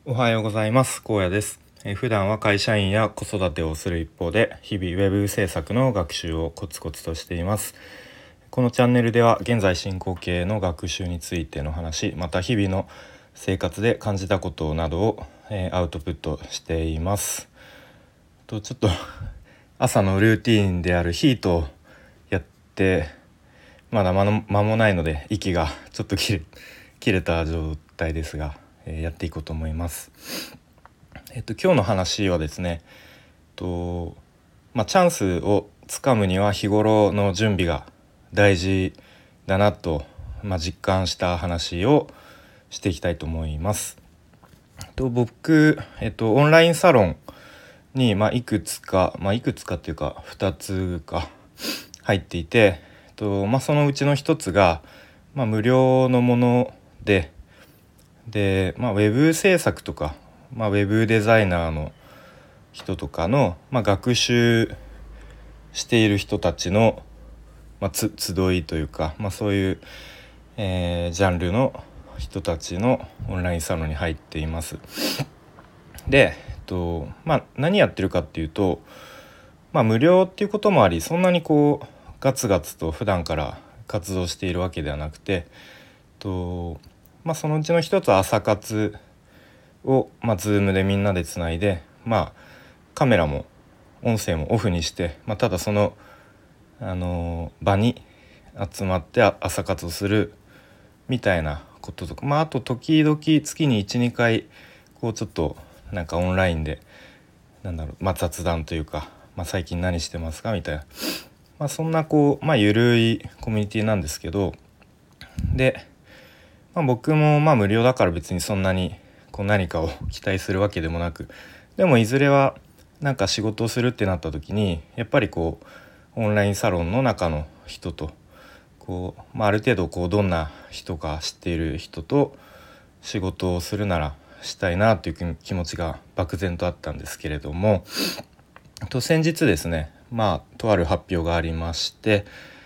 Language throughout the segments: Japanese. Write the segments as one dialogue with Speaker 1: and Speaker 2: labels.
Speaker 1: おはようございます。荒野です。普段は会社員や子育てをする一方で、日々ウェブ制作の学習をコツコツとしています。このチャンネルでは現在進行形の学習についての話、また日々の生活で感じたことなどをアウトプットしています。ちょっと朝のルーティーンであるヒートをやってまだ間もないので、息がちょっと切れた状態ですが、やっていこうと思います。今日の話はですね、チャンスをつかむには日頃の準備が大事だなと、実感した話をしていきたいと思います。僕、オンラインサロンに、いくつかっていうか2つか入っていて、そのうちの1つが、無料のもので、ウェブ制作とか、ウェブデザイナーの人とかの、学習している人たちの、集いというか、そういう、ジャンルの人たちのオンラインサロンに入っています。で、何やってるかっていうと、無料っていうこともあり、そんなにガツガツと普段から活動しているわけではなくて、そのうちの一つは朝活を、Zoom でみんなでつないで、カメラも音声もオフにして、ただその、場に集まって朝活をするみたいなこととか、あと時々月に 1,2 回ちょっとなんかオンラインで雑談というか、最近何してますかみたいな、そんなゆるいコミュニティなんですけど、で、僕も無料だから別にそんなに何かを期待するわけでもなく、でもいずれはなんか仕事をするってなった時に、やっぱりオンラインサロンの中の人とある程度どんな人か知っている人と仕事をするならしたいなという気持ちが漠然とあったんですけれども、先日ですね、とある発表がありまして、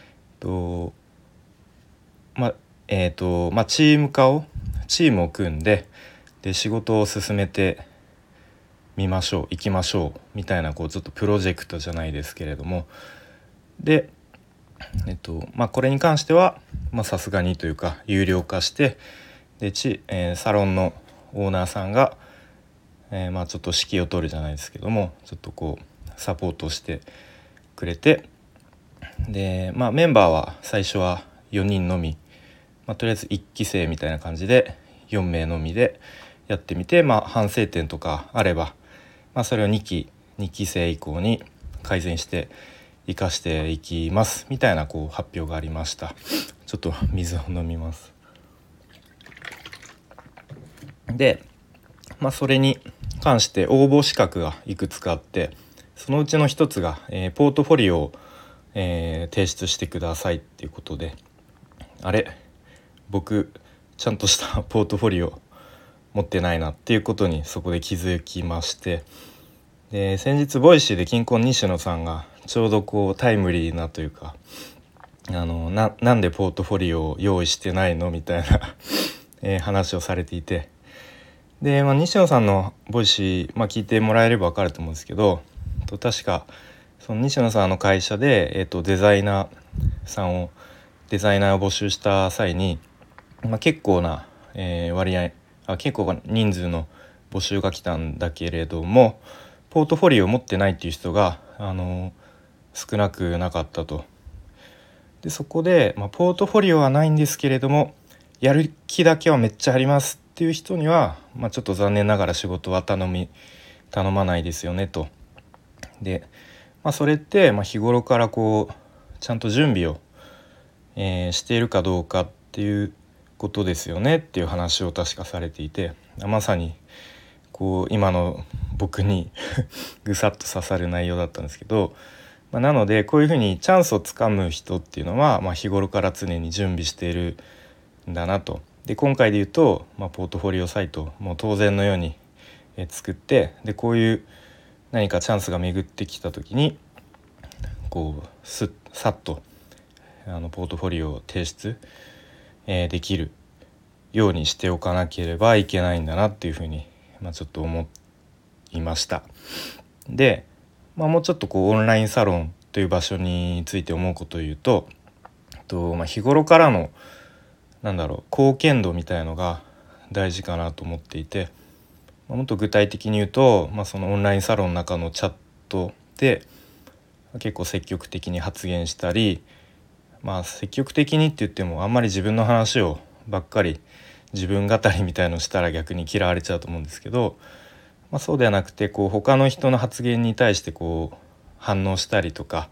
Speaker 1: チームを組んで、仕事を進めて行きましょうみたいなちょっとプロジェクトじゃないですけれども、で、これに関してはさすがにというか有料化して、でサロンのオーナーさんが、ちょっと指揮を取るじゃないですけども、ちょっとサポートしてくれて、で、メンバーは最初は4人のみ、とりあえず1期生みたいな感じで4名のみでやってみて、反省点とかあれば、それを2期生以降に改善して生かしていきますみたいな発表がありました。ちょっと水を飲みます。で、それに関して応募資格がいくつかあって、そのうちの一つが、ポートフォリオを、提出してくださいっていうことで、僕ちゃんとしたポートフォリオ持ってないなっていうことにそこで気づきまして、で先日ボイシーで金婚西野さんがちょうどタイムリーなというか、なんでポートフォリオを用意してないのみたいな話をされていて、で、西野さんのボイシー、聞いてもらえれば分かると思うんですけど、確かその西野さんの会社で、デザイナーを募集した際に、結構な、結構な人数の募集が来たんだけれども、ポートフォリオを持ってないっていう人が、少なくなかったと。でそこで、ポートフォリオはないんですけれどもやる気だけはめっちゃありますっていう人には、ちょっと残念ながら仕事は頼まないですよねと。で、それって、日頃からちゃんと準備を、しているかどうかっていうことですよねっていう話を確かされていて、まさに今の僕にぐさっと刺さる内容だったんですけど、なのでこういうふうにチャンスをつかむ人っていうのは、日頃から常に準備しているんだなと。で今回で言うと、ポートフォリオサイトも当然のように作って、でこういう何かチャンスが巡ってきた時にさっとポートフォリオを提出、できるようにしておかなければいけないんだなっていうふうに、 ちょっと思いました。で、もうちょっとオンラインサロンという場所について思うことを言うと、日頃からの貢献度みたいのが大事かなと思っていて、もっと具体的に言うと、そのオンラインサロンの中のチャットで結構積極的に発言したり、積極的にって言ってもあんまり自分の話をばっかり自分語りみたいのしたら逆に嫌われちゃうと思うんですけど、そうではなくて他の人の発言に対して反応したりとか、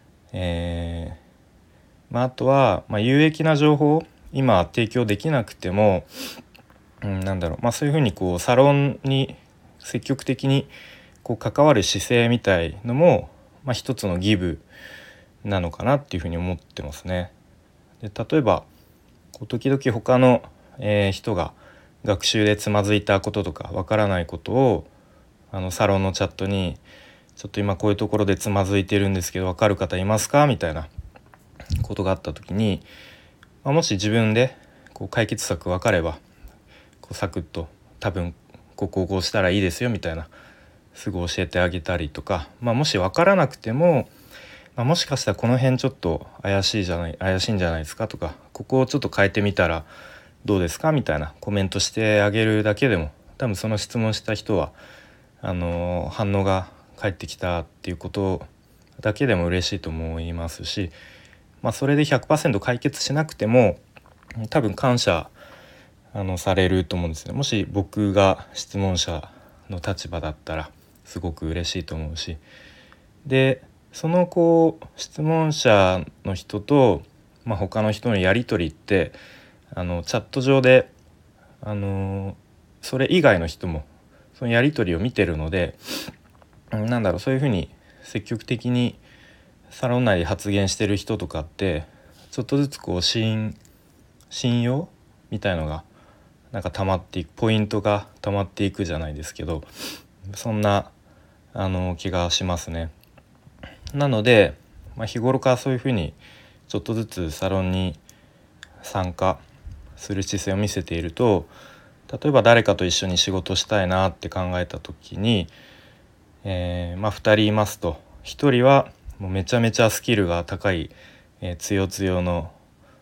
Speaker 1: あとは有益な情報今提供できなくても、そういうふうにサロンに積極的に関わる姿勢みたいのも、一つのギブなのかなっていうふうに思ってますね。で、例えば時々他の、人が学習でつまずいたこととかわからないことをサロンのチャットにちょっと今こういうところでつまずいてるんですけどわかる方いますかみたいなことがあった時に、もし自分で解決策分かればサクッと多分こうしたらいいですよみたいなすぐ教えてあげたりとか、もし分からなくても、もしかしたらこの辺ちょっと怪しいんじゃないですかとか、ここをちょっと変えてみたらどうですかみたいなコメントしてあげるだけでも、多分その質問した人は反応が返ってきたっていうことだけでも嬉しいと思いますし、それで 100% 解決しなくても多分感謝されると思うんですね。もし僕が質問者の立場だったらすごく嬉しいと思うし、でその質問者の人と、他の人のやり取りってチャット上でそれ以外の人もそのやり取りを見てるので、そういうふうに積極的にサロン内で発言してる人とかってちょっとずつ信用みたいのが溜まっていく、ポイントが溜まっていくじゃないですけど、そんな気がしますね。なので、日頃からそういうふうにちょっとずつサロンに参加する姿勢を見せていると、例えば誰かと一緒に仕事したいなって考えた時に、2人いますと、1人はもうめちゃめちゃスキルが高い、つよつよの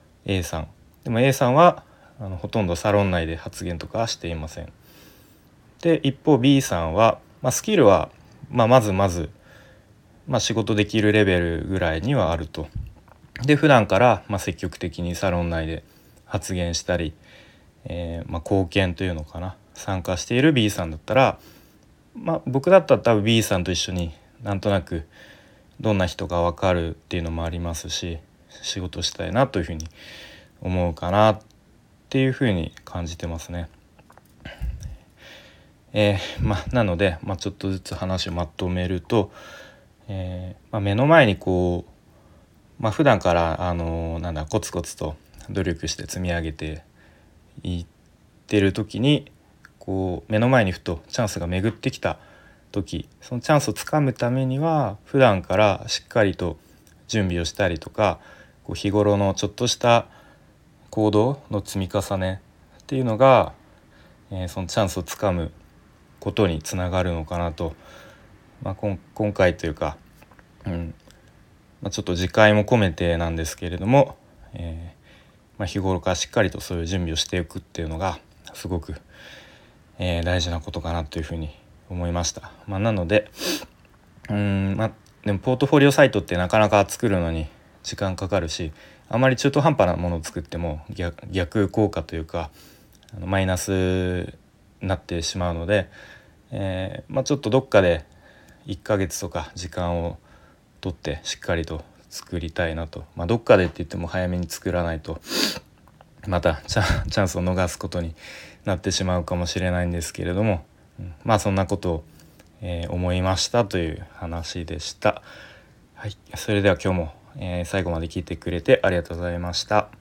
Speaker 1: A さんでも A さんはほとんどサロン内で発言とかはしていません。で一方 B さんは、スキルは、まず仕事できるレベルぐらいにはあると。で普段から、積極的にサロン内で発言したり、貢献というのかな、参加している B さんだったら、僕だったら多分 B さんと一緒になんとなくどんな人か分かるっていうのもありますし、仕事したいなというふうに思うかなっていうふうに感じてますね。なので、ちょっとずつ話をまとめると、目の前に普段からコツコツと努力して積み上げていってる時に目の前にふとチャンスが巡ってきた時、そのチャンスをつかむためには普段からしっかりと準備をしたりとか、日頃のちょっとした行動の積み重ねっていうのが、そのチャンスをつかむことにつながるのかなと、今回というか、ちょっと次回も込めてなんですけれども、日頃からしっかりとそういう準備をしていくっていうのがすごく、大事なことかなというふうに思いました。なのででもポートフォリオサイトってなかなか作るのに時間かかるし、あまり中途半端なものを作っても逆効果というかマイナスになってしまうので、ちょっとどっかで1ヶ月とか時間を取ってしっかりと作りたいなと。どっかでって言っても早めに作らないとまたチャンスを逃すことになってしまうかもしれないんですけれども、そんなことを、思いましたという話でした。はい、それでは今日も、最後まで聞いてくれてありがとうございました。